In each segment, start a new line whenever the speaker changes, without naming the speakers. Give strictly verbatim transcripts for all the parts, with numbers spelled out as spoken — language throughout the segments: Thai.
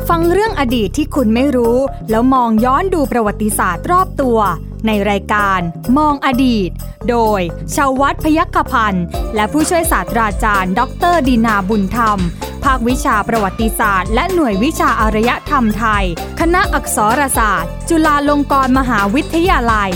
ฟังเรื่องอดีตที่คุณไม่รู้แล้วมองย้อนดูประวัติศาสตร์รอบตัวในรายการมองอดีตโดยชาววัฒน์พยัคฆพันธ์และผู้ช่วยศาสตราจารย์ดรดินาบุญธรรมภาควิชาประวัติศาสตร์และหน่วยวิชาอารยธรรมไทยคณะอักษรศาสตร์จุฬาลงกรณ์มหาวิทยาลัย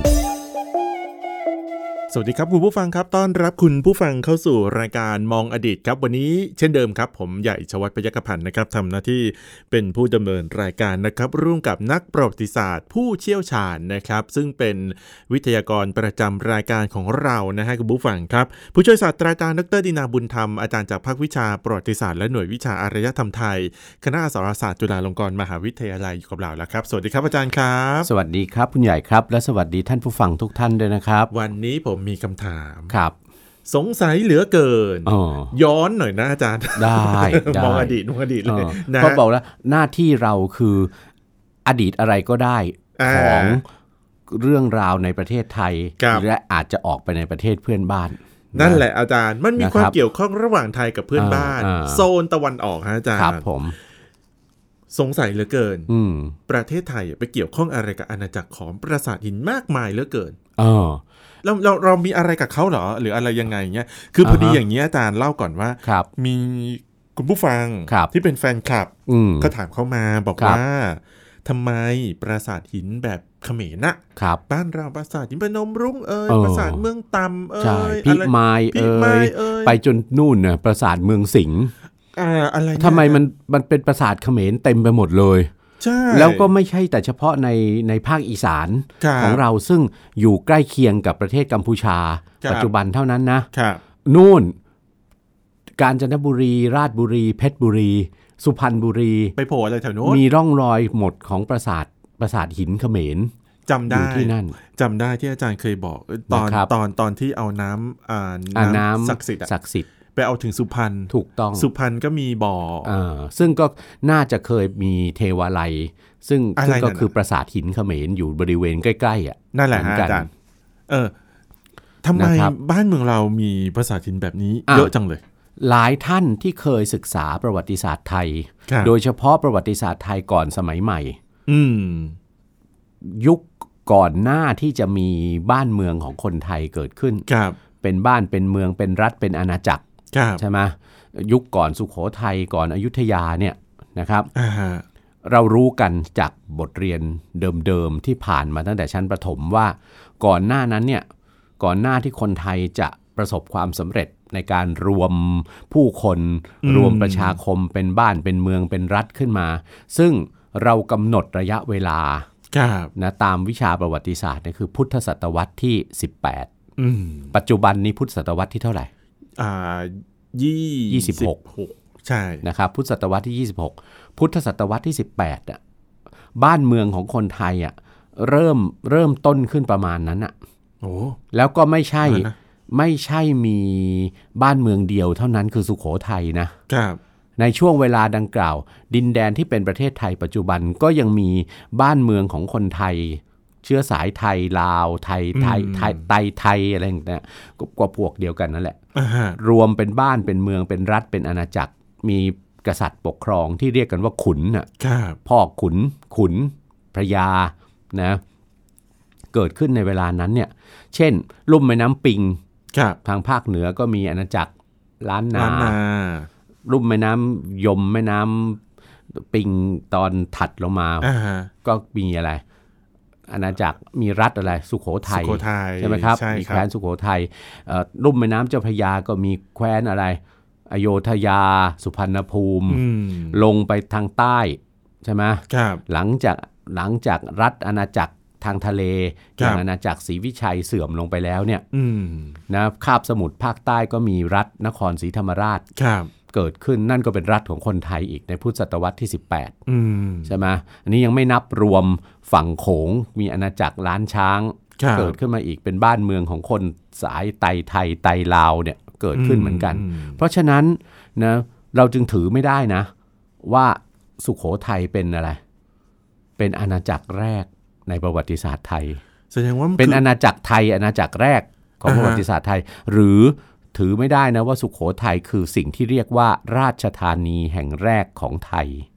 สวัสดีครับคุณผู้ฟังครับต้อนรับคุณผู้ฟังเข้าสู่รายการมองอดีตครับวันนี้เช่นเดิมครับผมใหญ่ชวัฒน์พยัคฆพันธ์นะครับทำหน้าที่เป็นผู้ดำเนินรายการนะครับร่วมกับนักประวัติศาสตร์ผู้เชี่ยวชาญนะครับซึ่งเป็นวิทยากรประจำรายการของเรานะฮะคุณผู้ฟังครับผู้ช่วยศาสตราจารย์ดรดินาบุญธรรมอาจารย์จากภาควิชาประวัติศาสตร์และหน่วยวิชาอารยธรรมไทยคณะอักษรศาสตร์จุฬาลงกรณ์มหาวิทยาลัยอยู่กับเราแล้วครับสวัสดีครับอาจารย์ครับ
สวัสดีครับคุณใหญ่ครับและสวัสดีท่านผู้ฟังทุกท่านด้วยนะครับ
วันนี้ผมมีคำถาม
ครับ
สงสัยเหลือเกินย้อนหน่อยนะอาจารย์
ได้
มองอดีตมองอดีตเลยนะ
ก็บอกแล้วหน้าที่เราคืออดีตอะไรก็ได้ของเรื่องราวในประเทศไทยและอาจจะออกไปในประเทศเพื่อนบ้าน
นั่นแหละอาจารย์มันมีความเกี่ยวข้องระหว่างไทยกับเพื่อนบ้านโซนตะวันออกฮะอาจารย์
ครับผม
สงสัยเหลือเกินประเทศไทยไปเกี่ยวข้องอะไรกับอาณาจักรของปราสาทหินมากมายเหลือเกิน
เออ
เราเราเรามีอะไรกับเขาเหรอหรืออะไรยังไงเงี้ยคือพอดีอย่างเงี้ยอาจารย์เล่าก่อนว่ามีคุณผู้ฟังที่เป็นแฟนคลับก็ถามเข้ามาบอกว่าทำไมปราสาทหินแบบเขมรนะบ้านเราปราสาทหินพนมรุ้งเอ่ยปราสาทเมืองตำเอ่ย
พิมายเอ่ยไปจนนู่นเนี่ยปราสาทเมืองสิงห์
อะไร
ทำไมมันมันเป็นปราสาทเขมรเต็มไปหมดเลยแล้วก็ไม่ใช่แต่เฉพาะในในภาคอีสานของเราซึ่งอยู่ใกล้เคียงกับประเทศกัมพูชาปัจจุบันเท่านั้นนะนู่นกาญจนบุรีราชบุรีเพชรบุรีสุพรรณบุรี
ไปโผล่อะไรแถวโน้น
มีร่องรอยหมดของปราสาทปราสาทหินเขมร
จำได้
ที่นั่น
จำได้ที่อาจารย์เคยบอกตอนตอนตอนที่เอาน้ำอ่าน้ำศักดิ์สิทธิ์
ศักดิ์สิทธิ์
ไปเอาถึงสุพรรณ
ถูกต้อง
สุพรรณก็มีบ่อ
อ่าซึ่งก็น่าจะเคยมีเทวาลัยซึ่งซึ่งก็คือปราสาทหินเขมรอยู่บริเวณใกล้ๆอ่ะ
นั่นแหละอาจารย์เออทำไมบ้านเมืองเรามีปราสาทหินแบบนี้เยอะจังเลย
หลายท่านที่เคยศึกษาประวัติศาสตร์ไทยโดยเฉพาะประวัติศาสตร์ไทยก่อนสมัยใหม่ยุคก่อนหน้าที่จะมีบ้านเมืองของคนไทยเกิดขึ้นเป็นบ้านเป็นเมืองเป็นรัฐเป็นอาณาจักรใช่ไหมยุคก่อนสุโขทัยก่อนอยุธยาเนี่ยนะครับเรารู้กันจากบทเรียนเดิมๆที่ผ่านมาตั้งแต่ชั้นประถมว่าก่อนหน้านั้นเนี่ยก่อนหน้าที่คนไทยจะประสบความสำเร็จในการรวมผู้คนรวมประชาคมเป็นบ้านเป็นเมืองเป็นรัฐขึ้นมาซึ่งเรากำหนดระยะเวลานะตามวิชาประวัติศาสตร์เนี่ยคือพุทธศตวรรษที่สิบแปดปัจจุบันนี้พุทธศตวรรษที่เท่าไหร่
อ่ายี่สิบหกใช่
นะครับพุทธศตวรรษที่ยี่สิบหกพุทธศตวรรษที่สิบแปดอ่ะบ้านเมืองของคนไทยอ่ะเริ่มเริ่มต้นขึ้นประมาณนั้นอ่ะ
โอ้
แล้วก็ไม่ใช่ไม่ใช่มีบ้านเมืองเดียวเท่านั้นคือสุโขทัยนะครับในช่วงเวลาดังกล่าวดินแดนที่เป็นประเทศไทยปัจจุบันก็ยังมีบ้านเมืองของคนไทยเชื้อสายไทยลาวไทยไทยไทยไตไทยอะไรอย่างเงี้ยก็พวกเดียวกันนั่นแหละ
uh-huh.
รวมเป็นบ้านเป็นเมืองเป็นรัฐเป็นอาณาจักรมีกษัตริย์ปกครองที่เรียกกันว่าขุนน่ะพ่อขุนขุนพระยานะเกิดขึ้นในเวลานั้นเนี่ยเช่นลุ่มแม่น้ำปิงทางภาคเหนือก็มีอาณาจักรล้านนาลุ่มแม่น้ำยมแม่น้ำปิงตอนถัดลงมา
uh-huh.
ก็มีอะไรอาณาจักรมีรัฐอะไรสุโขทัยใช่ไหมครับมีแคว้นสุโขทัยลุ่มแม่น้ำเจ้าพระยาก็มีแคว้นอะไรอโยธยาสุพรรณภูมิลงไปทางใต้ใช่ไหมหลังจากหลังจากรัฐอาณาจักรทางทะเลอย่างอาณาจักรศรีวิชัยเสื่อมลงไปแล้วเนี่ยนะคาบสมุทรภาคใต้ก็มีรัฐนครศรีธรรมราชเกิดขึ้นนั่นก็เป็นรัฐของคนไทยอีกในพุทธศตวรรษที่สิบแปดใช่ไหมอันนี้ยังไม่นับรวมฝั่งโขงมีอาณาจักรล้านช้างเกิดขึ้นมาอีกเป็นบ้านเมืองของคนสายไตไทยไตลาวเนี่ยเกิดขึ้นเหมือนกันเพราะฉะนั้นนะเราจึงถือไม่ได้นะว่าสุโขทัยเป็นอะไรเป็นอาณาจักรแรกในประวัติศาสตร์ไทย
แสดงว่า
เป็นอาณาจักรไทยอาณาจักรแรกของประวัติศาสตร์ไทยหรือถือไม่ได้นะว่าสุโขทัยคือสิ่งที่เรียกว่าราชธานีแห่งแรกของไทย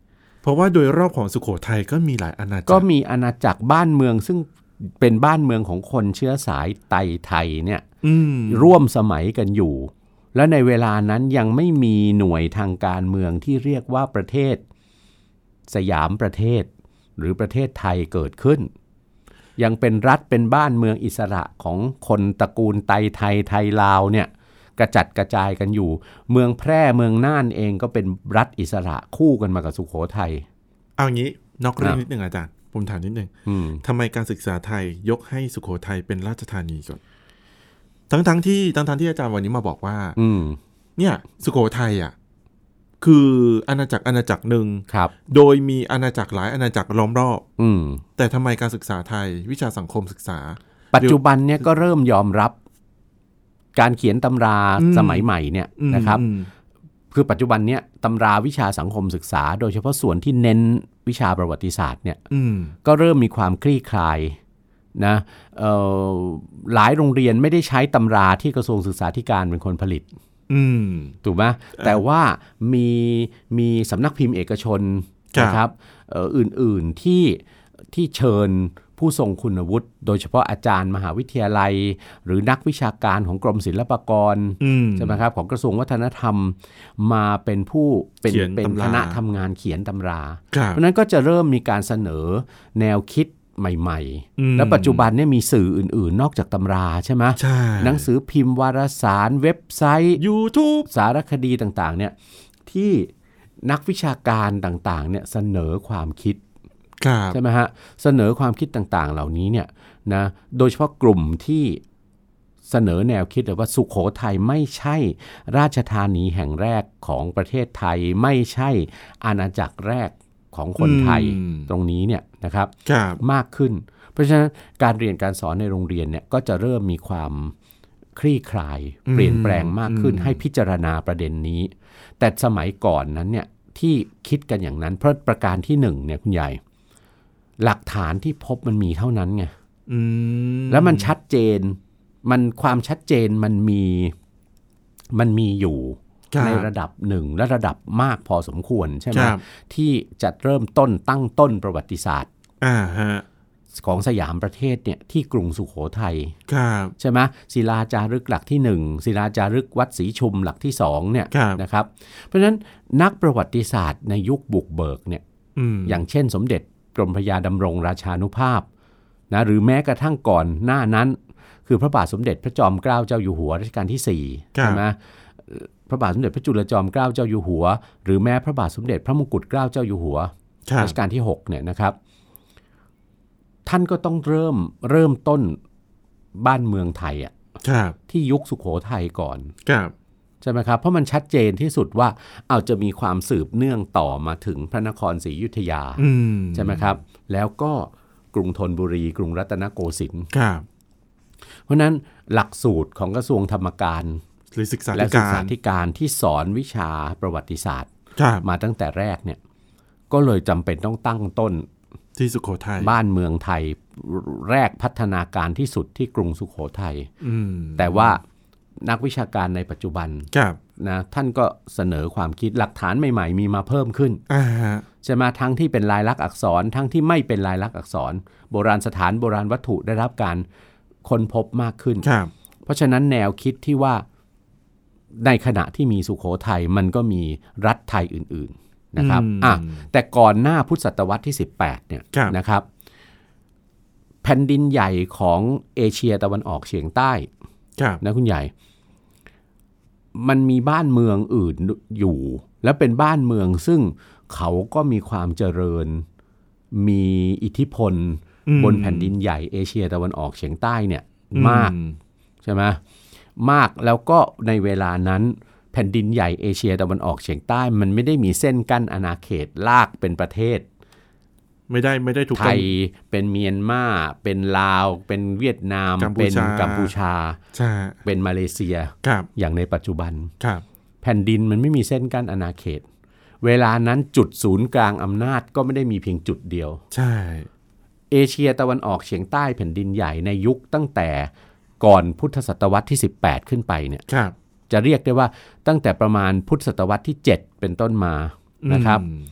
เพราะว่าโดยรอบของสุโขทัยก็มีหลายอาณาจักร
ก็มีอาณาจักรบ้านเมืองซึ่งเป็นบ้านเมืองของคนเชื้อสายไตไทยเนี่ยร่วมสมัยกันอยู่และในเวลานั้นยังไม่มีหน่วยทางการเมืองที่เรียกว่าประเทศสยามประเทศหรือประเทศไทยเกิดขึ้นยังเป็นรัฐเป็นบ้านเมืองอิสระของคนตระกูลไตไทยไทยลาวเนี่ยกระจัดกระจายกันอยู่เมืองแพร่เมืองน่านเองก็เป็นรัฐอิสระคู่กันมากับสุโขทัย
เอางี้นอกเรื่องนิดนึงอาจารย์ผมถามนิดนึงทำไมการศึกษาไทยยกให้สุโขทัยเป็นราชธานีก่อนทั้งทั้งที่ทั้งทั้งที่อาจารย์วันนี้มาบอกว่าเนี่ยสุโขทัยอ่ะคืออาณาจักรอาณาจักรหนึ่งโดยมีอาณาจักรหลายอาณาจักรล้อมรอบแต่ทำไมการศึกษาไทยวิชาสังคมศึกษา
ปัจจุบันเนี่ยก็เริ่มยอมรับการเขียนตำราสมัยใหม่เนี่ยนะครับคือปัจจุบันเนี่ยตำราวิชาสังคมศึกษาโดยเฉพาะส่วนที่เน้นวิชาประวัติศาสตร์เนี่ยก็เริ่มมีความคลี่คลายนะหลายโรงเรียนไม่ได้ใช้ตำราที่กระทรวงศึกษาธิการเป็นคนผลิตถูกไหมแต่ว่ามีมีสำนักพิมพ์เอกชนนะครับอื่นๆที่ที่เชิญผู้ทรงคุณวุฒิโดยเฉพาะอาจารย์มหาวิทยาลัยหรือนักวิชาการของกรมศิลปากรใช่ไหมครับของกระทรวงวัฒนธรรมมาเป็นผู้เป็นเป็นคณะทำงานเขียนตำราเพราะนั้นก็จะเริ่มมีการเสนอแนวคิดใหม่ๆแล้วปัจจุบันเนี่ยมีสื่ออื่นๆนอกจากตำราใช่ไหมหนังสือพิมพ์วารสารเว็บไซต์ YouTube สารคดีต่างๆเนี่ยที่นักวิชาการต่างๆเนี่ยเสนอความคิดใช่ไหมฮะเสนอความคิดต่างๆเหล่านี้เนี่ยนะโดยเฉพาะกลุ่มที่เสนอแนวคิดเลยว่าสุโขทัยไม่ใช่ราชธานีแห่งแรกของประเทศไทยไม่ใช่อาณาจักรแรกของคนไทยตรงนี้เนี่ยนะครับมากขึ้นเพราะฉะนั้นการเรียนการสอนในโรงเรียนเนี่ยก็จะเริ่มมีความคลี่คลายเปลี่ยนแปลงมากขึ้นให้พิจารณาประเด็นนี้แต่สมัยก่อนนั้นเนี่ยที่คิดกันอย่างนั้นเพราะประการที่หนึ่งเนี่ยคุณใหญ่หลักฐานที่พบมันมีเท่านั้นไงแล้วมันชัดเจนมันความชัดเจนมันมีมันมีอยู่ในระดับหนึ่งและระดับมากพอสมควรใช่ไหมที่จะเริ่มต้นตั้งต้นประวัติศาสตร์ของสยามประเทศเนี่ยที่กรุงสุโขทัยใช่ไหมศิลาจารึกหลักที่หนึ่งศิลาจารึกวัดศรีชุมหลักที่สองเนี่ยนะครับเพราะฉะนั้นนักประวัติศาสตร์ในยุคบุกเบิกเนี่ยอย่างเช่นสมเด็จกรมพระยาดำรงราชานุภาพนะหรือแม้กระทั่งก่อนหน้านั้นคือพระบาทสมเด็จพระจอมเกล้าเจ้าอยู่หัวรัชกาลที่สี่ใช่ไหมพระบาทสมเด็จพระจุลจอมเกล้าเจ้าอยู่หัวหรือแม้พระบาทสมเด็จพระมงกุฎเกล้าเจ้าอยู่หัวรัชกาลที่หกเนี่ยนะครับท่านก็ต้องเริ่มเริ่มต้นบ้านเมืองไทยอ่ะที่ยุคสุโขทัยก่อนใช่ไหมครับเพราะมันชัดเจนที่สุดว่าเอาจะมีความสืบเนื่องต่อมาถึงพระนครศรีอยุธยาใช่ไหมครับแล้วก็กรุงธนบุรีกรุงรัตนโกสินทร์เพราะนั้นหลักสูตรของกระทรวงธรรมการ
และศึกษา
ธิการที่สอนวิชาประวัติศาสตร์มาตั้งแต่แรกเนี่ยก็เลยจำเป็นต้องตั้งต้น
ที่สุโขทัย
บ้านเมืองไทยแรกพัฒนาการที่สุดที่กรุงสุโขทัยแต่ว่านักวิชาการในปัจจุบันนะท่านก็เสนอความคิดหลักฐานใหม่ๆมีมาเพิ่มขึ้นใช่ไหมทั้งที่เป็นลายลักษณ์อักษรทั้งที่ไม่เป็นลายลักษณ์อักษรโบราณสถานโบราณวัตถุได้รับการค้นพบมากขึ้นเพราะฉะนั้นแนวคิดที่ว่าในขณะที่มีสุโขทัยมันก็มีรัฐไทยอื่นๆนะครับอ่ะแต่ก่อนหน้าพุทธศตวรรษที่สิบแปดเนี่ยนะครับแผ่นดินใหญ่ของเอเชียตะวันออกเฉียงใต้นะคุณใหญ่มันมีบ้านเมืองอื่นอยู่และเป็นบ้านเมืองซึ่งเขาก็มีความเจริญมีอิทธิพลบนแผ่นดินใหญ่เอเชียตะวันออกเฉียงใต้เนี่ยมากใช่ไหมมากแล้วก็ในเวลานั้นแผ่นดินใหญ่เอเชียตะวันออกเฉียงใต้มันไม่ได้มีเส้นกั้นอาณาเขตลากเป็นประเทศ
ไม่ได้ไม่ได้ถูก
ไทยเป็นเมียนมาเป็นลาวเป็นเวียดนามเป็นกัมพูชาเป็นมาเลเซียอย่างในปัจจุบันแผ่นดินมันไม่มีเส้นกั้นอาณาเขตเวลานั้นจุดศูนย์กลางอำนาจก็ไม่ได้มีเพียงจุดเดียว
ใช่
เอเชียตะวันออกเฉียงใต้แผ่นดินใหญ่ในยุคตั้งแต่ก่อนพุทธศตวรรษที่สิบแปดขึ้นไปเนี่ยจะเรียกได้ว่าตั้งแต่ประมาณพุทธศตวรรษที่เจ็ดเป็นต้นมานะครับ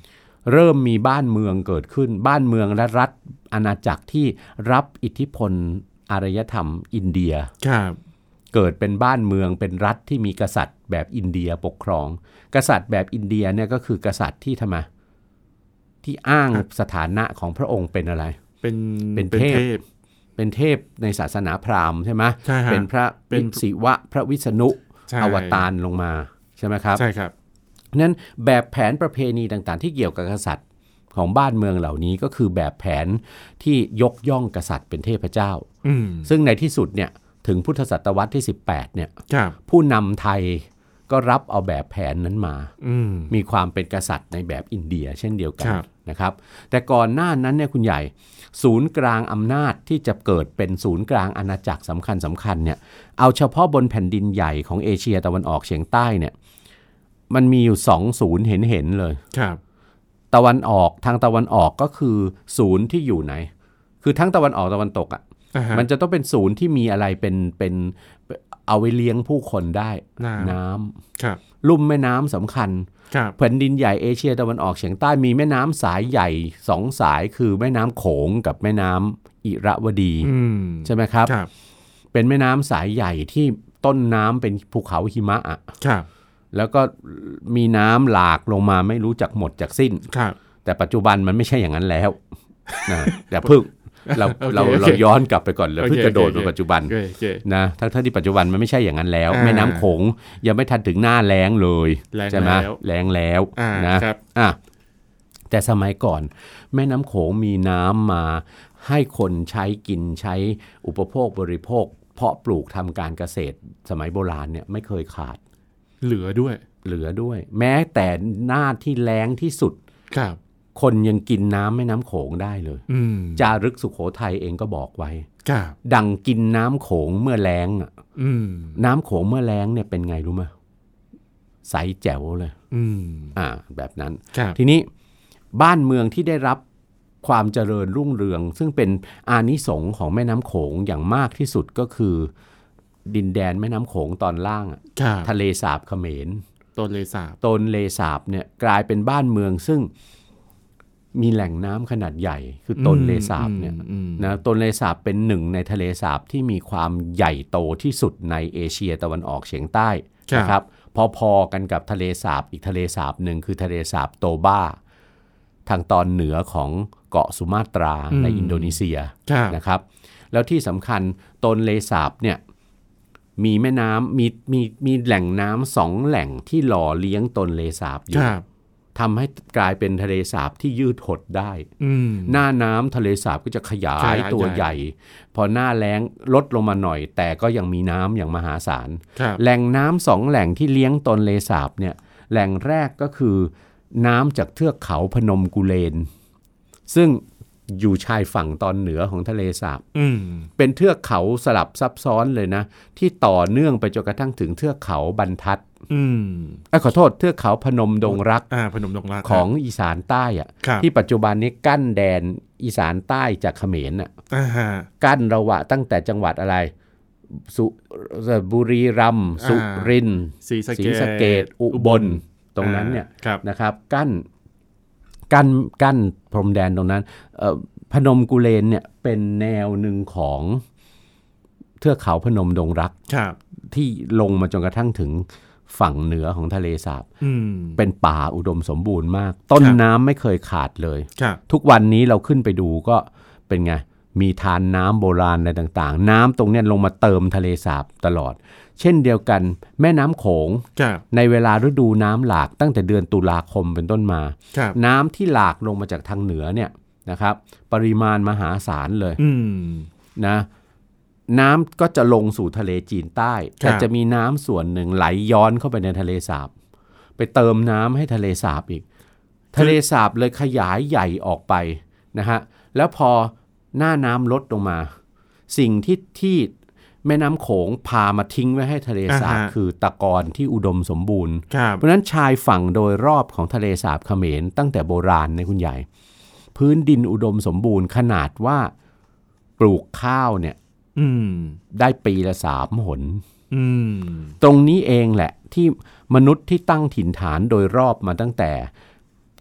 เริ่มมีบ้านเมืองเกิดขึ้นบ้านเมืองและรัฐอาณาจักรที่รับอิทธิพลอารยธรรมอินเดียเกิดเป็นบ้านเมืองเป็นรัฐที่มีกษัตริย์แบบอินเดียปกครองกษัตริย์แบบอินเดียเนี่ยก็คือกษัตริย์ที่ทำไมที่อ้างสถานะของพระองค์เป็นอะไร
เป็น
เป็นเทพเป็นเทพในศาสนาพราหมณ์ใช่ไหมเป็นพระเป็นศิวะพระวิษณุอวตารลงมาใช่ไหมครับ
ใช่ครับ
นั้นแบบแผนประเพณีต่างๆที่เกี่ยวกับกษัตริย์ของบ้านเมืองเหล่านี้ก็คือแบบแผนที่ยกย่องกษัตริย์เป็นเทพเจ้าซึ่งในที่สุดเนี่ยถึงพุทธศตวรรษที่สิบแปดเนี่ยผู้นำไทยก็รับเอาแบบแผนนั้นมามีความเป็นกษัตริย์ในแบบอินเดียเช่นเดียวกันนะครับแต่ก่อนหน้านั้นเนี่ยคุณใหญ่ศูนย์กลางอำนาจที่จะเกิดเป็นศูนย์กลางอาณาจักรสำคัญสำคัญเนี่ยเอาเฉพาะบนแผ่นดินใหญ่ของเอเชียตะวันออกเฉียงใต้เนี่ยมันมีอยู่สองศูนย์เห็นเห็นเลย
ครับ
ตะวันออกทางตะวันออกก็คือศูนย์ที่อยู่ไหนคือทั้งตะวันออกตะวันตกอ่ะ uh-huh. มันจะต้องเป็นศูนย์ที่มีอะไรเป็นเป็นเอาไว้เลี้ยงผู้คนได้น้ำลุ่มแม่น้ำสำคัญแผ่นดินใหญ่เอเชียตะวันออกเฉียงใต้มีแม่น้ำสายใหญ่สองสายคือแม่น้ำโขงกับแม่น้ำอิระวดีใช่ไหมครับเป็นแม่น้ำสายใหญ่ที่ต้นน้ำเป็นภูเขาหิมะอ่ะแล้วก็มีน้ำหลากลงมาไม่รู้จักหมดจากสิ้นแต่ปัจจุบันมันไม่ใช่อย่างนั้นแล้วนะแต่เพิ่งเรา okay, เรา okay. เราย้อนกลับไปก่อนแล้วเพิ่งกระโดดมาปัจจุบัน
okay, okay.
นะทั้งที่ปัจจุบันมันไม่ใช่อย่างนั้นแล้วแม่น้ำโขงยังไม่ทันถึงหน้าแล้งเลยใช่ไหมแล้งแล้วนะอ่ะแต่สมัยก่อนแม่น้ำโขงมีน้ำมาให้คนใช้กินใช้อุปโภคบริโภคเพาะปลูกทำการเกษตรสมัยโบราณเนี่ยไม่เคยขาด
เหลือด้วย
เหลือด้วยแม้แต่หน้าที่แล้งที่สุด
ครับ
คนยังกินน้ำแม่น้ำโขงได้เลยจารึกสุโขทัยเองก็บอกไว้ดังกินน้ำโขงเมื่อแล้งอ่ะน้ำโขงเมื่อแล้งเนี่ยเป็นไงรู้ไหมใสแจ๋วเลยอ่าแบบนั้นทีนี้บ้านเมืองที่ได้รับความเจริญรุ่งเรืองซึ่งเป็นอานิสงส์ของแม่น้ำโขงอย่างมากที่สุดก็คือดินแดนแม่น้ำโขงตอนล่างทะเลสาบเขมร
ต้นเลสาบ
ต้นเลสาบเนี่ยกลายเป็นบ้านเมืองซึ่งมีแหล่งน้ำขนาดใหญ่คือต้นเลสาบเนี่ยนะต้นเลสาบเป็นหนึ่งในทะเลสาบที่มีความใหญ่โตที่สุดในเอเชียตะวันออกเฉียงใต้นะครับพอๆกันกับทะเลสาบอีกทะเลสาบหนึ่งคือทะเลสาบโตบาทางตอนเหนือของเกาะสุมาตราในอินโดนีเซียนะครับแล้วที่สำคัญต้นเลสาบเนี่ยมีแม่น้ำมีมีมีแหล่งน้ำสองแหล่งที่หล่อเลี้ยงต้นเลสาบอยู่ทำให้กลายเป็นทะเลสาบที่ยืดหดได้หน้าน้ำทะเลสาบก็จะขยายตัวใหญ่พอหน้าแล้งลดลงมาหน่อยแต่ก็ยังมีน้ำอย่างมหาศาลแหล่งน้ำสองแหล่งที่เลี้ยงต้นเลสาบเนี่ยแหล่งแรกก็คือน้ำจากเทือกเขาพนมกุเลนซึ่งอยู่ชายฝั่งตอนเหนือของทะเลสาบเป็นเทือกเขาสลับซับซ้อนเลยนะที่ต่อเนื่องไปจนกระทั่งถึงเทือกเขาบรรทัดอ่ะขอโทษเทือกเขาพนมดงรัก
พนมดงรัก
ของอีสานใต้อ่ะที่ปัจจุบันนี้กั้นแดนอีสานใต้จากเขมรอ่ะกั้นระหว่างตั้งแต่จังหวัดอะไรสุบุรีรัมย์สุรินทร์ศรีสะเกษอุบลตรงนั้นเนี่ยนะครับกั้นกั้นกั้นพรมแดนตรงนั้นพนมกุเลนเนี่ยเป็นแนวหนึ่งของเทือกเขาพนมดงรักที่ลงมาจนกระทั่งถึงฝั่งเหนือของทะเลสาบเป็นป่าอุดมสมบูรณ์มากต้นน้ำไม่เคยขาดเลยทุกวันนี้เราขึ้นไปดูก็เป็นไงมีทานน้ำโบราณอะไรต่างๆน้ำตรงนี้ลงมาเติมทะเลสาบตลอดเช่นเดียวกันแม่น้ำโขงในเวลาฤดูน้ำหลากตั้งแต่เดือนตุลาคมเป็นต้นมาน้ำที่หลากลงมาจากทางเหนือเนี่ยนะครับปริมาณมหาศาลเลยนะน้ำก็จะลงสู่ทะเลจีนใต้แต่จะมีน้ำส่วนหนึ่งไหลย้อนเข้าไปในทะเลสาบไปเติมน้ำให้ทะเลสาบอีกทะเลสาบเลยขยายใหญ่ออกไปนะฮะแล้วพอหน้าน้ำลดลงมาสิ่งที่ที่แม่น้ำโขงพามาทิ้งไว้ให้ทะเลสาบคือตะกอนที่อุดมสมบูรณ์เพราะฉะนั้นชายฝั่งโดยรอบของทะเลสาบเขมรตั้งแต่โบราณนะคุณใหญ่พื้นดินอุดมสมบูรณ์ขนาดว่าปลูกข้าวเนี่ยได้ปีละสามหนตรงนี้เองแหละที่มนุษย์ที่ตั้งถิ่นฐานโดยรอบมาตั้งแต่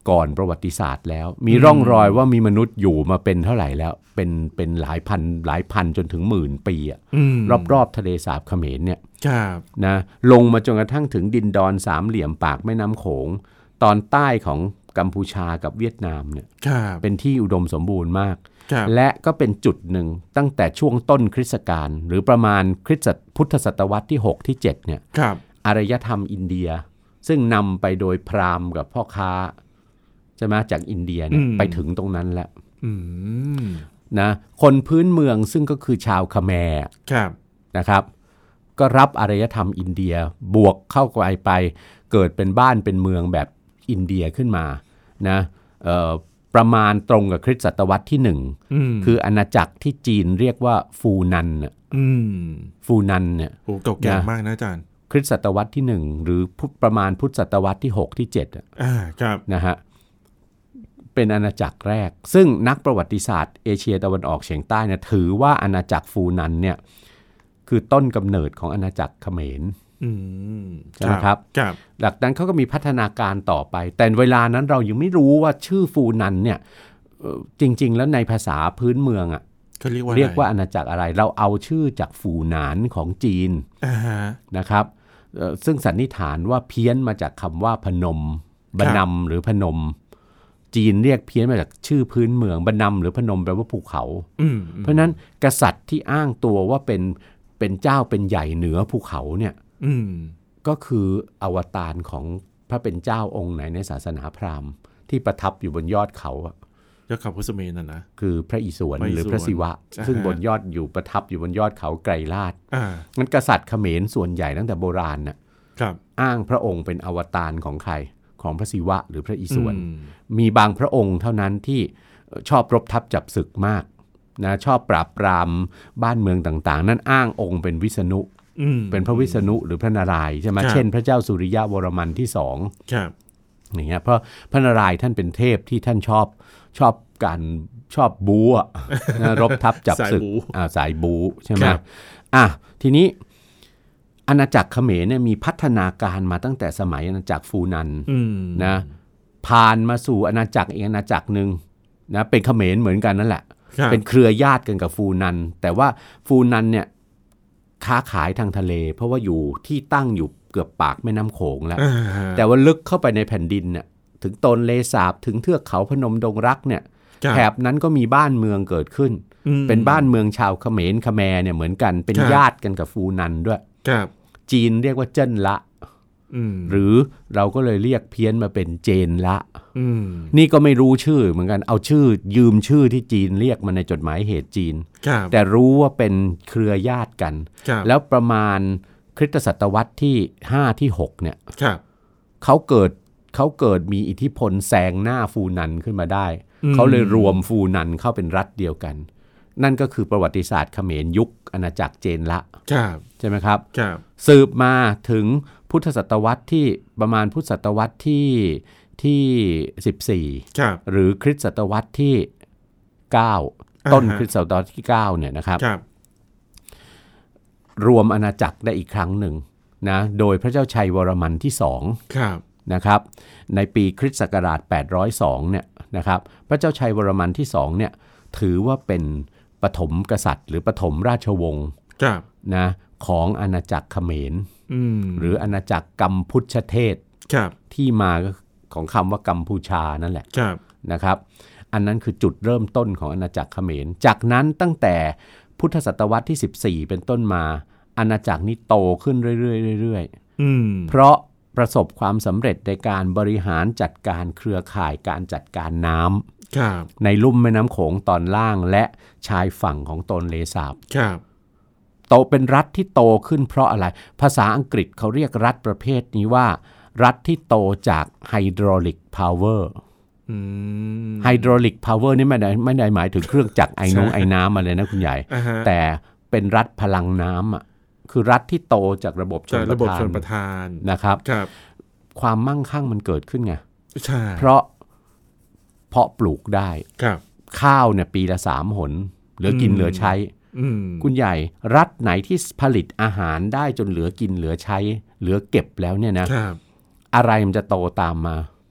ก่อนประวัติศาสตร์แล้วมีร่องรอยว่ามีมนุษย์อยู่มาเป็นเท่าไหร่แล้วเป็นเป็นหลายพันหลายพันจนถึงหมื่นปีอะรอบๆทะเลสาบเขมรเนี่ยนะลงมาจนกระทั่งถึงดินดอนสามเหลี่ยมปากแม่น้ำโขงตอนใต้ของกัมพูชากับเวียดนามเนี่ยเป็นที่อุดมสมบูรณ์มากและก็เป็นจุดหนึ่งตั้งแต่ช่วงต้นคริสตกาลหรือประมาณคริสตพุทธศตวรรษที่หกที่เจ็ดเนี่ยอารยธรรมอินเดียซึ่งนำไปโดยพราหมณ์กับพ่อค้าใช่ไหมจากอินเดียเนี่ยไปถึงตรงนั้นแล้วนะคนพื้นเมืองซึ่งก็คือชาวคแมร์นะครับก็รับอารยธรรมอินเดียบวกเข้าไปไปเกิดเป็นบ้านเป็นเมืองแบบอินเดียขึ้นมานะประมาณตรงกับคริสตศตวรรษที่หนึ่งคืออาณาจักรที่จีนเรียกว่าฟูนันฟูนันเนี่ย
โอ้เก่าแก่มากนะอาจารย์
คริสตศตวรรษที่หนึ่งหรือประมาณพุทธศตวรรษที่หกที่เจ็ดอ่าครับนะฮะเป็นอาณาจักรแรกซึ่งนักประวัติศาสตร์เอเชียตะวันออกเฉียงใต้เนี่ยถือว่าอาณาจักรฟูนันเนี่ยคือต้นกำเนิดของอาณาจักรเขมรใช่ไหมครับหลังนั้นเขาก็มีพัฒนาการต่อไปแต่เวลานั้นเรายังไม่รู้ว่าชื่อฟูนันเนี่ยจริงๆแล้วในภาษาพื้นเมืองอ่ะ
เรียกว่า
เรียกว่าอาณาจักรอะไรเราเอาชื่อจากฟูหนานของจีน uh-huh. นะครับซึ่งสันนิษฐานว่าเพี้ยนมาจากคำว่าพนมบรรนำหรือพนมจีนเรียกเพี้ยนมาจากชื่อพื้นเมืองบรรนำหรือพนมแปลว่าภูเขา uh-huh. เพราะนั้นกษัตริย์ที่อ้างตัวว่าเป็นเป็นเจ้าเป็นใหญ่เหนือภูเขาเนี่ย uh-huh. ก็คืออวตารของพระเป็นเจ้าองค์ไหนในศาสนาพราหมณ์ที่ประทับอยู่บนยอดเขา
ยอดเขาพุทธเมนน่ะนะ
คือพระอิศวรหรือพระศิวะซึ่งบนยอดอยู่ประทับอยู่บนยอดเขาไกรลาศงั้นกษัตริย์เขมรส่วนใหญ่ตั้งแต่โบราณน่ะอ้างพระองค์เป็นอวตารของใครของพระศิวะหรือพระอิศวรมีบางพระองค์เท่านั้นที่ชอบรบทับจับศึกมากนะชอบปราบปรามบ้านเมืองต่างๆนั่นอ้างองค์เป็นวิษณุเป็นพระวิษณุหรือพระนารายณ์ใช่ไหมเช่นพระเจ้าสุริยะวรมันที่สองอย่างเงี้ยเพราะพระนารายณ์ท่านเป็นเทพที่ท่านชอบชอบการชอบบู๊อ่ะ รบทับจับศึกสายบู๊ใช่ไหมอ่ะทีนี้อาณาจักรเขมรเนี่ยมีพัฒนาการมาตั้งแต่สมัยอาณาจักรฟูนันนะผ่านมาสู่อาณาจักรอีกอาณาจักรหนึ่งนะเป็นเขมรเหมือนกันนั่นแหละเป็นเครือญาติกันกับฟูนันแต่ว่าฟูนันเนี่ยค้าขายทางทะเลเพราะว่าอยู่ที่ตั้งอยู่เกือบปากแม่น้ำโขงแล้วแต่ว่าลึกเข้าไปในแผ่นดินเนี่ยถึงตนเลสาบถึงเทือกเขาพนมดงรักเนี่ยแถบนั้นก็มีบ้านเมืองเกิดขึ้นเป็นบ้านเมืองชาวเขมรคแมร์เนี่ยเหมือนกันเป็นญาติกันกับฟูนันด้วยจีนเรียกว่าเจิ้นละหรือเราก็เลยเรียกเพี้ยนมาเป็นเจนละนี่ก็ไม่รู้ชื่อเหมือนกันเอาชื่อยืมชื่อที่จีนเรียกมาในจดหมายเหตุจีนแต่รู้ว่าเป็นเครือญาติกันแล้วประมาณคริสตศตวรรษที่ห้าที่หกเนี่ยเขาเกิดเขาเกิดมีอิทธิพลแซงหน้าฟูนันขึ้นมาได้เขาเลยรวมฟูนันเข้าเป็นรัฐเดียวกันนั่นก็คือประวัติศาสตร์เขมรยุคอาณาจักรเจนละใช่ไหมครับสืบมาถึงพุทธศตวรรษที่ประมาณพุทธศตวรรษที่ที่สิบสี่หรือคริสตศตวรรษที่เก้าต้นคริสตศตวรรษที่เก้าเนี่ยนะครับรวมอาณาจักรได้อีกครั้งหนึ่งนะโดยพระเจ้าชัยวรมันที่สองนะครับในปีคริสต์ศักราชแปดร้อยสองเนี่ยนะครับพระเจ้าชัยวรมันที่สองเนี่ยถือว่าเป็นปฐมกษัตริย์หรือปฐมราชวงศ์นะของอาณาจักรเขมรหรืออาณาจักรกัมพูชเทศที่มาของคำว่ากัมพูชานั่นแหละนะครับอันนั้นคือจุดเริ่มต้นของอาณาจักรเขมรจากนั้นตั้งแต่พุทธศตวรรษที่สิบสี่เป็นต้นมาอาณาจักรนี้โตขึ้นเรื่อยๆเรื่อยๆเพราะประสบความสำเร็จในการบริหารจัดการเครือข่ายการจัดการน้ำในลุ่มแม่น้ำโขงตอนล่างและชายฝั่งของตนเลสาบโตเป็นรัฐที่โตขึ้นเพราะอะไรภาษาอังกฤษเขาเรียกรัฐประเภทนี้ว่ารัฐที่โตจากไฮดรอลิกพาวเวอร์ไฮดรอลิกพาวเวอร์นี่ไม่ได้ไม่ได้หมายถึงเครื่องจักรไอ้น้องไอ้น้ำอะไรนะคุณใหญ่ uh-huh. แต่เป็นรัฐพลังน้ำอ่ะคือรัฐที่โตจากระบบชนประทาน
ชนประทาน
นะครับความมั่งคั่งมันเกิดขึ้นไงเพราะเพาะปลูกได้ข้าวเนี่ยปีละสามหนเหลือกินเหลือใช้คุณใหญ่รัฐไหนที่ผลิตอาหารได้จนเหลือกินเหลือใช้เหลือเก็บแล้วเนี่ยนะอะไรมันจะโตตามมา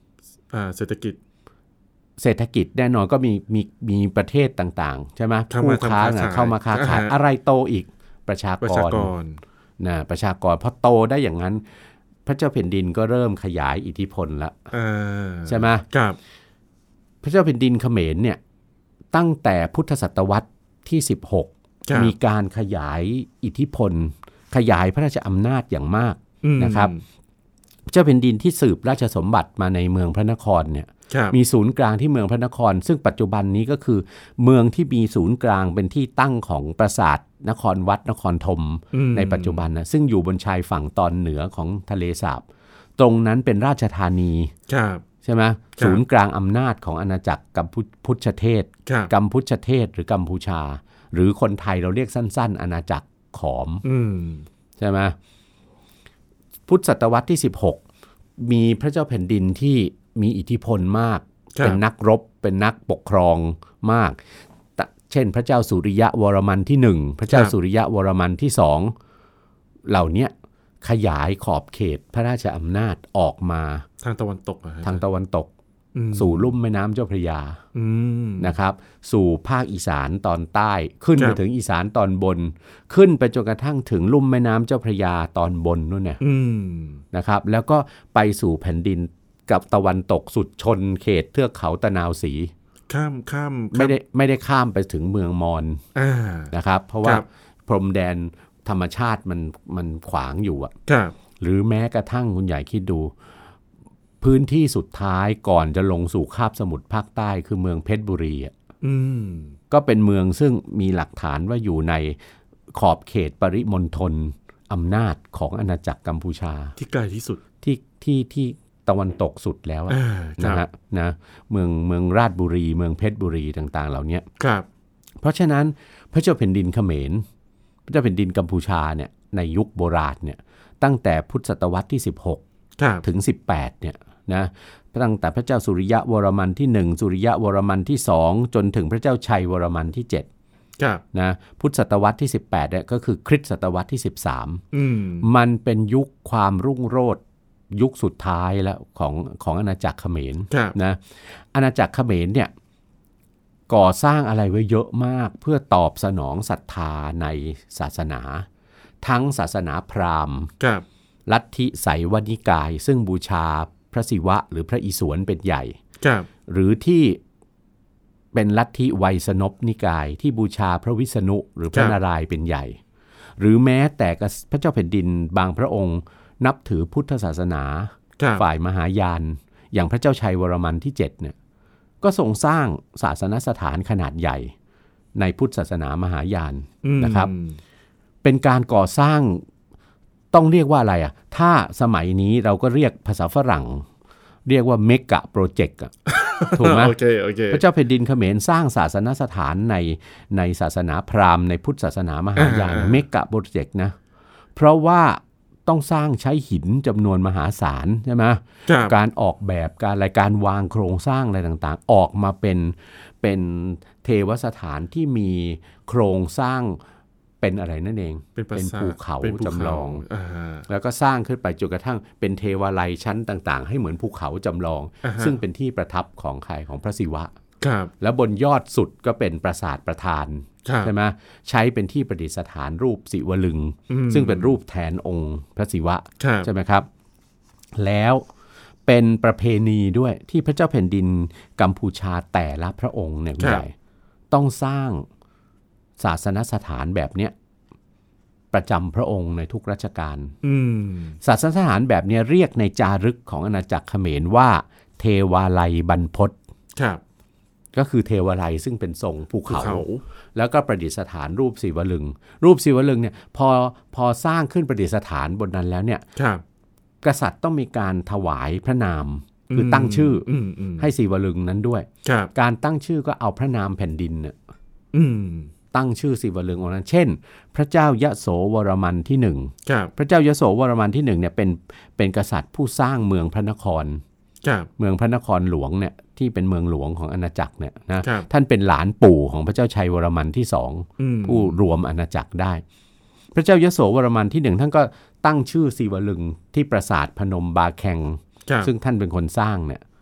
อ่าเศรษฐกิจ
เศรษฐกิจแน่นอนก็มีมีมีประเทศต่างๆใช่ไหมผู้ค้าเข้ามาค้าขายอะไรโตอีกประชากรนะประชากรพอโตได้อย่างนั้นพระเจ้าแผ่นดินก็เริ่มขยายอิทธิพลละใช่ไหม
ครับ
พระเจ้าแผ่นดินเขมรเนี่ยตั้งแต่พุทธศตวรรษที่สิบหกมีการขยายอิทธิพลขยายพระราชอำนาจอย่างมากนะครับพระเจ้าแผ่นดินที่สืบราชสมบัติมาในเมืองพระนครเนี่ยมีศูนย์กลางที่เมืองพระนครซึ่งปัจจุบันนี้ก็คือเมืองที่มีศูนย์กลางเป็นที่ตั้งของปราสาทนครวัดนครธมในปัจจุบันนะซึ่งอยู่บนชายฝั่งตอนเหนือของทะเลสาบตรงนั้นเป็นราชธานีใช่ไหมศูนย์กลางอำนาจของอาณาจักรกัมพูชเทศกัมพูชเทศหรือกัมพูชาหรือคนไทยเราเรียกสั้นๆอาณาจักรขอมใช่ไหมพุทธศตวรรษที่สิบหกมีพระเจ้าแผ่นดินที่มีอิทธิพลมากเป็นนักรบเป็นนักปกครองมากเช่นพระเจ้าสุริยะวรมันที่หนึ่งพระเจ้าสุริยะวรมันที่สองเหล่านี้ขยายขอบเขตพระราชอำนาจออกมา
ทางตะวันตก
ทางตะวันตกสู่ลุ่มแม่น้ำเจ้าพระยานะครับสู่ภาคอีสานตอนใต้ขึ้นไปถึงอีสานตอนบนขึ้นไปจนกระทั่งถึงลุ่มแม่น้ำเจ้าพระยาตอนบนนู่นเนี่ยนะครับแล้วก็ไปสู่แผ่นดินกับตะวันตกสุดชนเขตเทือกเขาตะนาวศรี
ข้ามข้าม
ไม่ได้ไม่ได้ข้ามไปถึงเมืองมอญนะครับเพราะว่าพรมแดนธรรมชาติมันมันขวางอยู่อ่ะหรือแม้กระทั่งคุณใหญ่คิดดูพื้นที่สุดท้ายก่อนจะลงสู่คาบสมุทรภาคใต้คือเมืองเพชรบุรีอ่ะก็เป็นเมืองซึ่งมีหลักฐานว่าอยู่ในขอบเขตปริมณฑลอำนาจของอาณาจักรกัมพูชา
ที่ไกลที่สุด
ที่ที่ที่ตะวันตกสุดแล้วนะฮะนะเมืองเมืองราชบุรีเมืองเพชรบุรีต่างๆเหล่านี้
ครับ
เพราะฉะนั้นพระเจ้าแผ่นดินเขมรพระเจ้าแผ่นดินกัมพูชาเนี่ยในยุคโบราณเนี่ยตั้งแต่พุทธศตวรรษที่สิบหกถึงสิบแปดเนี่ยนะตั้งแต่พระเจ้าสุริยะวรมันที่หนึ่งสุริยะวรมันที่สองจนถึงพระเจ้าชัยวรมันที่เจ็ดนะพุทธศตวรรษที่สิบแปดเนี่ยก็คือคริสต์ศตวรรษที่สิบสามมันเป็นยุคความรุ่งโรจน์ยุคสุดท้ายแล้วของของอาณาจักรเขมรนะอาณาจักรเขมรเนี่ยก่อสร้างอะไรไว้เยอะมากเพื่อตอบสนองศรัทธาในศาสนาทั้งศาสนาพราหมณ์ลัทธิไสยวนิกายซึ่งบูชาพระศิวะหรือพระอิศวรเป็นใหญ่หรือที่เป็นลัทธิไวยสนพนิกายที่บูชาพระวิษณุหรือพระนารายณ์เป็นใหญ่หรือแม้แต่พระเจ้าแผ่นดินบางพระองค์นับถือพุทธศาสนาฝ่ายมหายานอย่างพระเจ้าชัยวรมันที่เจ็ดเนี่ยก็ทรงสร้างศาสนสถานขนาดใหญ่ในพุทธศาสนามหายานนะครับเป็นการก่อสร้างต้องเรียกว่าอะไรอ่ะถ้าสมัยนี้เราก็เรียกภาษาฝรั่งเรียกว่าเมกะโปรเจกต์อ่ะถูกไหม
okay, okay.
พระเจ้าแผ่นดินเขมรสร้างศาสนสถานในในศาสนาพราหมณ์ในพุทธศาสนามหายานเมกะโปรเจกต์นะเพราะว่าต้องสร้างใช้หินจำนวนมหาศาลใช่ไหมการออกแบบการรายการวางโครงสร้างอะไรต่างๆออกมาเป็นเป็นเทวสถานที่มีโครงสร้างเป็นอะไรนั่นเองเป็นภูเขาจำลองแล้วก็สร้างขึ้นไปจนกระทั่งเป็นเทวาลัยชั้นต่างๆให้เหมือนภูเขาจำลองซึ่งเป็นที่ประทับของใครของพระศิวะแล้วบนยอดสุดก็เป็นปราสาทประธานใช่ไหมใช้เป็นที่ประดิษฐานรูปศิวลึงซึ่งเป็นรูปแทนองค์พระศิวะใช่ไหมครับแล้วเป็นประเพณีด้วยที่พระเจ้าแผ่นดินกัมพูชาแต่ละพระองค์เนี่ยคุณใหญ่ต้องสร้างศาสนสถานแบบเนี้ยประจำพระองค์ในทุกรัชกาลศาสนสถานแบบนี้เรียกในจารึกของอาณาจักรเขมรว่าเทวาลัยบรรพตก็คือเทวาลัยซึ่งเป็นทรงภูเขาแล้วก็ประดิษฐานรูปศิวลึงรูปศิวลึงเนี่ยพอพอสร้างขึ้นประดิษฐานบนนั้นแล้วเนี่ยกษัตริย์ต้องมีการถวายพระนามคือตั้งชื่อให้ศิวลึงนั้นด้วยการตั้งชื่อก็เอาพระนามแผ่นดินเนี่ยตั้งชื่อศิวลึงองค์นั้นเช่นพระเจ้ายโสวรมันที่หนึ่งพระเจ้ายโสวรมันที่หนึ่งเนี่ยเป็นเป็นกษัตริย์ผู้สร้างเมืองพระนครเมืองพระนครหลวงเนี่ยที่เป็นเมืองหลวงของอาณาจักรเนี่ยนะท่านเป็นหลานปู่ของพระเจ้าชัยวรมันที่สองผู้รวมอาณาจักรได้พระเจ้ายโสวรมันที่หนึ่งท่านก็ตั้งชื่อศิวลึงที่ปราสาทพนมบาแคงซึ่งท่านเป็นคนสร้างเนี่ย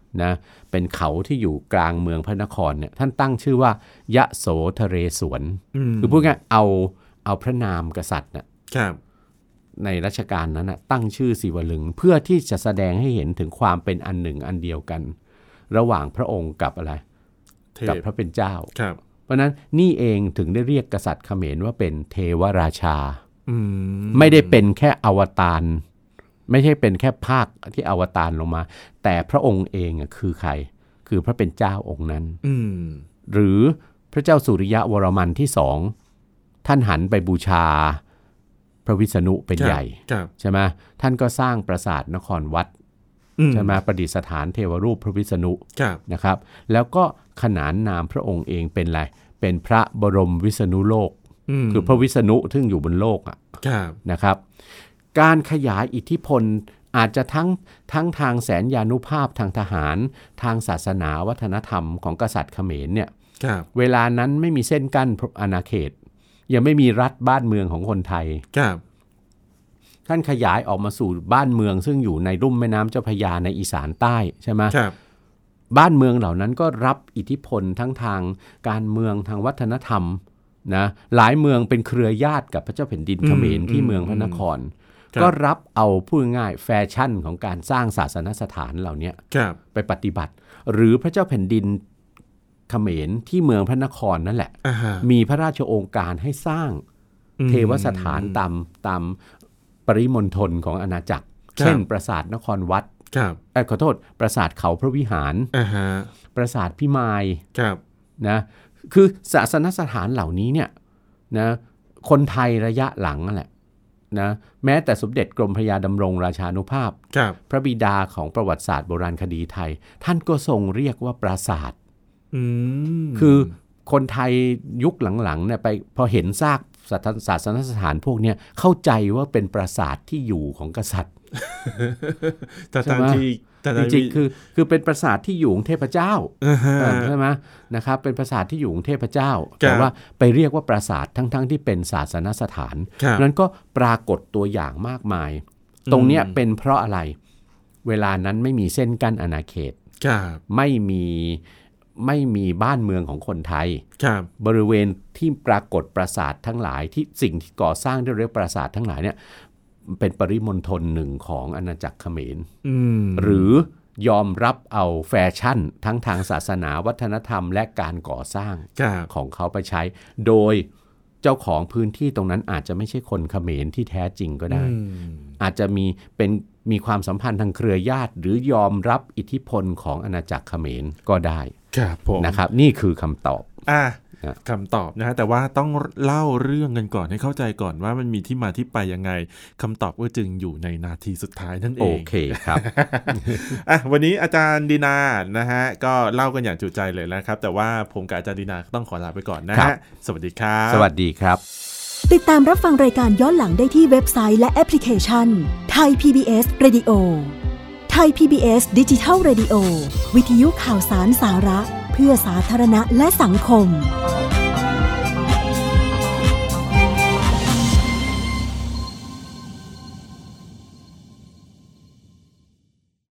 นะเป็นเขาที่อยู่กลางเมืองพระนครเนี่ยท่านตั้งชื่อว่ายะโสธเรศวรคือพูดง่ายเอาเอาพระนามกษัตริย์น่ะในรัชกาลนั้นนะตั้งชื่อศิวลึงเพื่อที่จะแสดงให้เห็นถึงความเป็นอันหนึ่งอันเดียวกันระหว่างพระองค์กับอะไรกับพระเป็นเจ้าเพราะนั้นนี่เองถึงได้เรียกกษัตริย์เขมรว่าเป็นเทวราชาไม่ได้เป็นแค่อวตารไม่ใช่เป็นแค่ภาคที่อวตารลงมาแต่พระองค์เองคือใครคือพระเป็นเจ้าองค์นั้นหรือพระเจ้าสุริยะวรมันที่สองท่านหันไปบูชาพระวิษณุเป็นใหญ่ใช่ไหมท่านก็สร้างปราสาทนครวัดใช่ไหมประดิษฐานเทวรูปพระวิษณุนะครับแล้วก็ขนานนามพระองค์เองเป็นอะไรเป็นพระบรมวิษณุโลกคือพระวิษณุซึ่งอยู่บนโลกอ่ะนะครับการขยายอิทธิพลอาจจะทั้งทั้งทางแสนยานุภาพทางทหารทางศาสนาวัฒนธรรมของกษัตริย์เขมรเนี่ยเวลานั้นไม่มีเส้นกั้นอาณาเขตยังไม่มีรัฐบ้านเมืองของคนไทยท่านขยายออกมาสู่บ้านเมืองซึ่งอยู่ในลุ่มแม่น้ำเจ้าพระยาในอีสานใต้ใช่ไหมบ้านเมืองเหล่านั้นก็รับอิทธิพลทั้งทางการเมืองทางวัฒนธรรมนะหลายเมืองเป็นเครือญาติกับพระเจ้าแผ่นดินเขมรที่เมืองพระนครก็รับเอาพูดง่ายแฟชั่นของการสร้างศาสนสถานเหล่านี้ไปปฏิบัติหรือพระเจ้าแผ่นดินเขมรที่เมืองพระนครนั่นแหละ uh-huh. มีพระราชโองการให้สร้างเทวสถานตามตามปริมณฑลของอาณาจักรเช่นปราสาทนครวัดเอ่อขอโทษปราสาทเขาพระวิหาร uh-huh. ปราสาทพิมายนะคือศาสนสถานเหล่านี้เนี่ยนะคนไทยระยะหลังนั่นแหละนะแม้แต่สมเด็จกรมพระยาดำรงราชานุภาพพระบิดาของประวัติศาสตร์โบราณคดีไทยท่านก็ทรงเรียกว่าปราสาทคือคนไทยยุคหลังๆเนี่ยไปพอเห็นซากศาสนสถานพวกนี้เข้าใจว่าเป็นปราสาทที่อยู่ของกษัตริย์
แต่ตามที่
จริงๆคือคือเป็นปราสาทที่อยู่ของเทพเจ้าใช่ไหมนะครับเป็นปราสาทที่อยู่ของเทพเจ้าแต่ว่าไปเรียกว่าปราสาททั้งๆที่เป็นศาสนสถานนั้นก็ปรากฏตัวอย่างมากมายตรงนี้เป็นเพราะอะไรเวลานั้นไม่มีเส้นกั้นอาณาเขตไม่มีไม่มีบ้านเมืองของคนไทยบริเวณที่ปรากฏปราสาททั้งหลายที่สิ่งที่ก่อสร้างที่เรียกปราสาททั้งหลายเนี่ยเป็นปริมณฑลหนึ่งของอาณาจักรเขมรหรือยอมรับเอาแฟชั่นทั้งทางศาสนาวัฒนธรรมและการก่อสร้างของเขาไปใช้โดยเจ้าของพื้นที่ตรงนั้นอาจจะไม่ใช่คนเขมรที่แท้จริงก็ได้อาจจะมีเป็นมีความสัมพันธ์ทางเครือญาติหรือยอมรับอิทธิพลของอาณาจักรเขมรก็ได้นะครับนี่คือคำตอบ
อ่ะคำตอบนะฮะแต่ว่าต้องเล่าเรื่องกันก่อนให้เข้าใจก่อนว่ามันมีที่มาที่ไปยังไงคำตอบก็จึงอยู่ในนาทีสุดท้ายนั่นเอง
โอเคครับ
อ่ะวันนี้อาจารย์ดีนานะฮะก็เล่ากันอย่างจุใจเลยนะครับแต่ว่าผมกับอาจารย์ดีนาต้องขอลาไปก่อนนะฮะสวัสดีครับ
สวัสดีครับ
ติดตามรับฟังรายการย้อนหลังได้ที่เว็บไซต์และแอปพลิเคชัน Thai พี บี เอส Radio Thai พี บี เอส Digital Radio วิทยุข่าวสารสาระเพื่อสาธารณะและสังคม